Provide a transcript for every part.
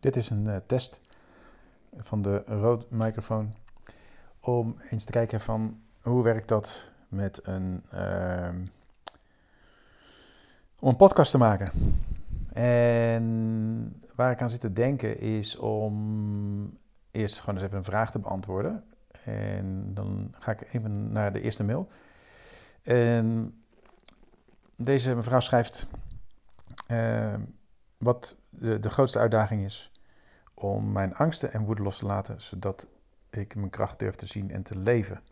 Dit is een test van de Rode microfoon om eens te kijken van hoe werkt dat met om een podcast te maken. En waar ik aan zit te denken is om eerst gewoon eens even een vraag te beantwoorden. En dan ga ik even naar de eerste mail. En deze mevrouw schrijft wat de grootste uitdaging is om mijn angsten en woede los te laten, zodat ik mijn kracht durf te zien en te leven.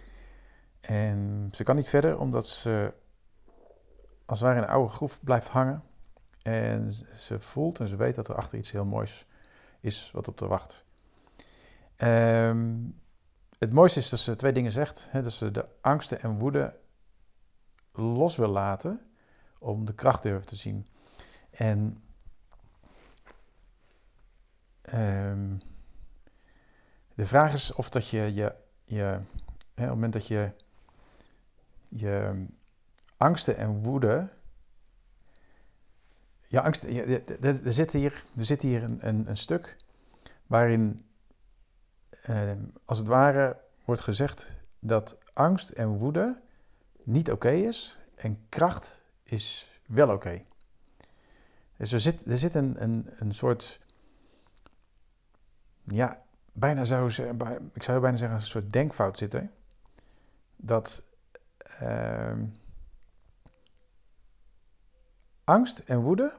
En ze kan niet verder, omdat ze als het ware in een oude groef blijft hangen. En ze voelt en ze weet dat er achter iets heel moois is wat op haar wacht. Het mooiste is dat ze twee dingen zegt. Dat ze de angsten en woede los wil laten om de kracht durven te zien. En de vraag is of dat je op het moment dat je angsten en woede. Ja, angst. Er zit hier een stuk waarin, als het ware, wordt gezegd dat angst en woede niet oké is en kracht is wel oké. Dus er zit een soort, ja, ik zou bijna zeggen een soort denkfout zitten. Dat angst en woede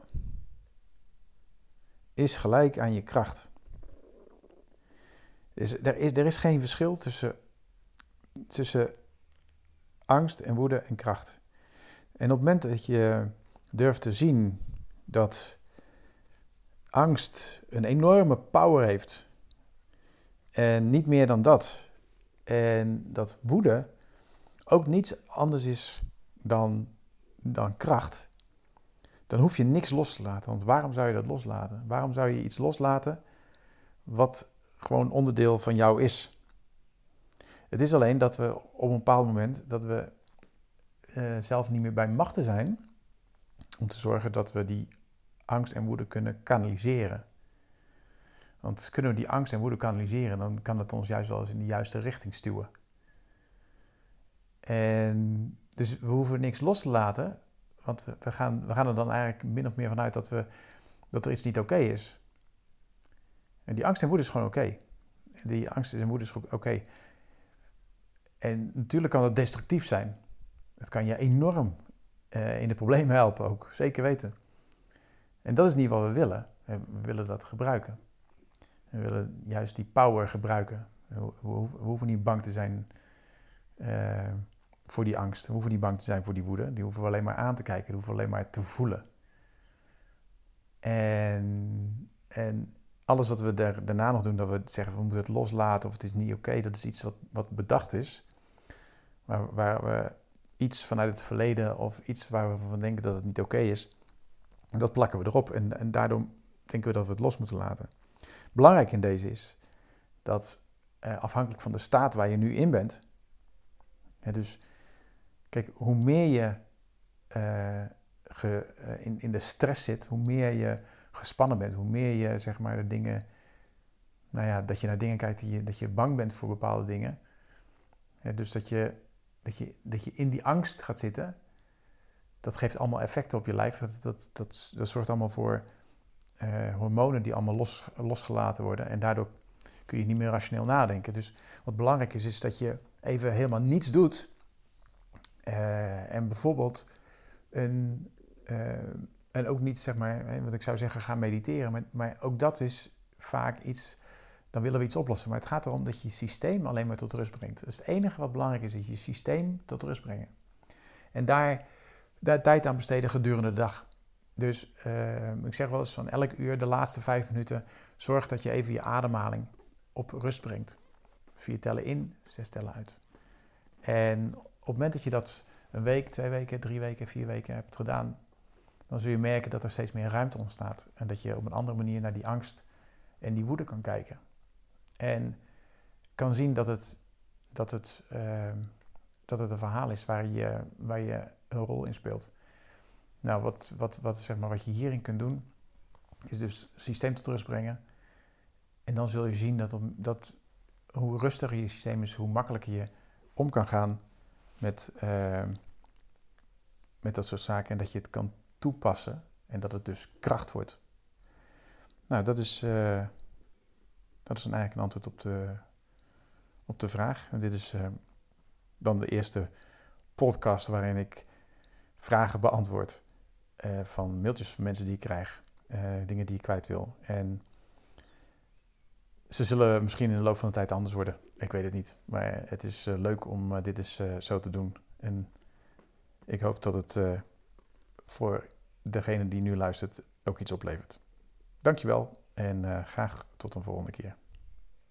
is gelijk aan je kracht. Dus er is geen verschil tussen angst en woede en kracht. En op het moment dat je durft te zien dat angst een enorme power heeft en niet meer dan dat, en dat woede ook niets anders is dan kracht, dan hoef je niks los te laten. Want waarom zou je dat loslaten? Waarom zou je iets loslaten wat gewoon onderdeel van jou is? Het is alleen dat we op een bepaald moment dat we zelf niet meer bij machten zijn om te zorgen dat we die angst en woede kunnen kanaliseren. Want kunnen we die angst en woede kanaliseren, dan kan het ons juist wel eens in de juiste richting stuwen. En dus we hoeven niks los te laten, want we gaan er dan eigenlijk min of meer vanuit dat er iets niet oké is. En die angst en woede is gewoon oké. Die angst en woede is oké. En natuurlijk kan het destructief zijn. Het kan je enorm in de problemen helpen ook, zeker weten. En dat is niet wat we willen. We willen dat gebruiken. We willen juist die power gebruiken. We hoeven niet bang te zijn voor die angst. We hoeven niet bang te zijn voor die woede. Die hoeven we alleen maar aan te kijken. Die hoeven we alleen maar te voelen. En alles wat we daarna nog doen, dat we zeggen we moeten het loslaten of het is niet oké, dat is iets wat bedacht is. Waar we iets vanuit het verleden of iets waar we van denken dat het niet oké is, dat plakken we erop. En daardoor denken we dat we het los moeten laten. Belangrijk in deze is dat afhankelijk van de staat waar je nu in bent. Dus kijk, hoe meer je in de stress zit, hoe meer je gespannen bent, hoe meer je zeg maar de dingen, dat je naar dingen kijkt dat je bang bent voor bepaalde dingen. Dus dat je in die angst gaat zitten, dat geeft allemaal effecten op je lijf. Dat zorgt allemaal voor hormonen die allemaal losgelaten worden. En daardoor kun je niet meer rationeel nadenken. Dus wat belangrijk is dat je even helemaal niets doet. En bijvoorbeeld en ook niet, zeg maar, wat ik zou zeggen, gaan mediteren. Maar ook dat is vaak iets, dan willen we iets oplossen. Maar het gaat erom dat je systeem alleen maar tot rust brengt. Dus het enige wat belangrijk is je systeem tot rust brengen. En daar tijd aan besteden gedurende de dag. Dus ik zeg wel eens van elk uur, de laatste 5 minuten, zorg dat je even je ademhaling op rust brengt. 4 tellen in, 6 tellen uit. En op het moment dat je dat een week, 2 weken, 3 weken, 4 weken hebt gedaan, dan zul je merken dat er steeds meer ruimte ontstaat. En dat je op een andere manier naar die angst en die woede kan kijken. En kan zien dat het een verhaal is waar je een rol in speelt. Nou, wat je hierin kunt doen, is dus het systeem tot rust brengen. En dan zul je zien dat hoe rustiger je systeem is, hoe makkelijker je om kan gaan met dat soort zaken. En dat je het kan toepassen en dat het dus kracht wordt. Nou, dat is eigenlijk een antwoord op de vraag. En dit is dan de eerste podcast waarin ik vragen beantwoord van mailtjes van mensen die ik krijg. Dingen die ik kwijt wil. En ze zullen misschien in de loop van de tijd anders worden. Ik weet het niet. Maar het is leuk om dit eens zo te doen. En ik hoop dat het voor degene die nu luistert ook iets oplevert. Dankjewel en graag tot een volgende keer.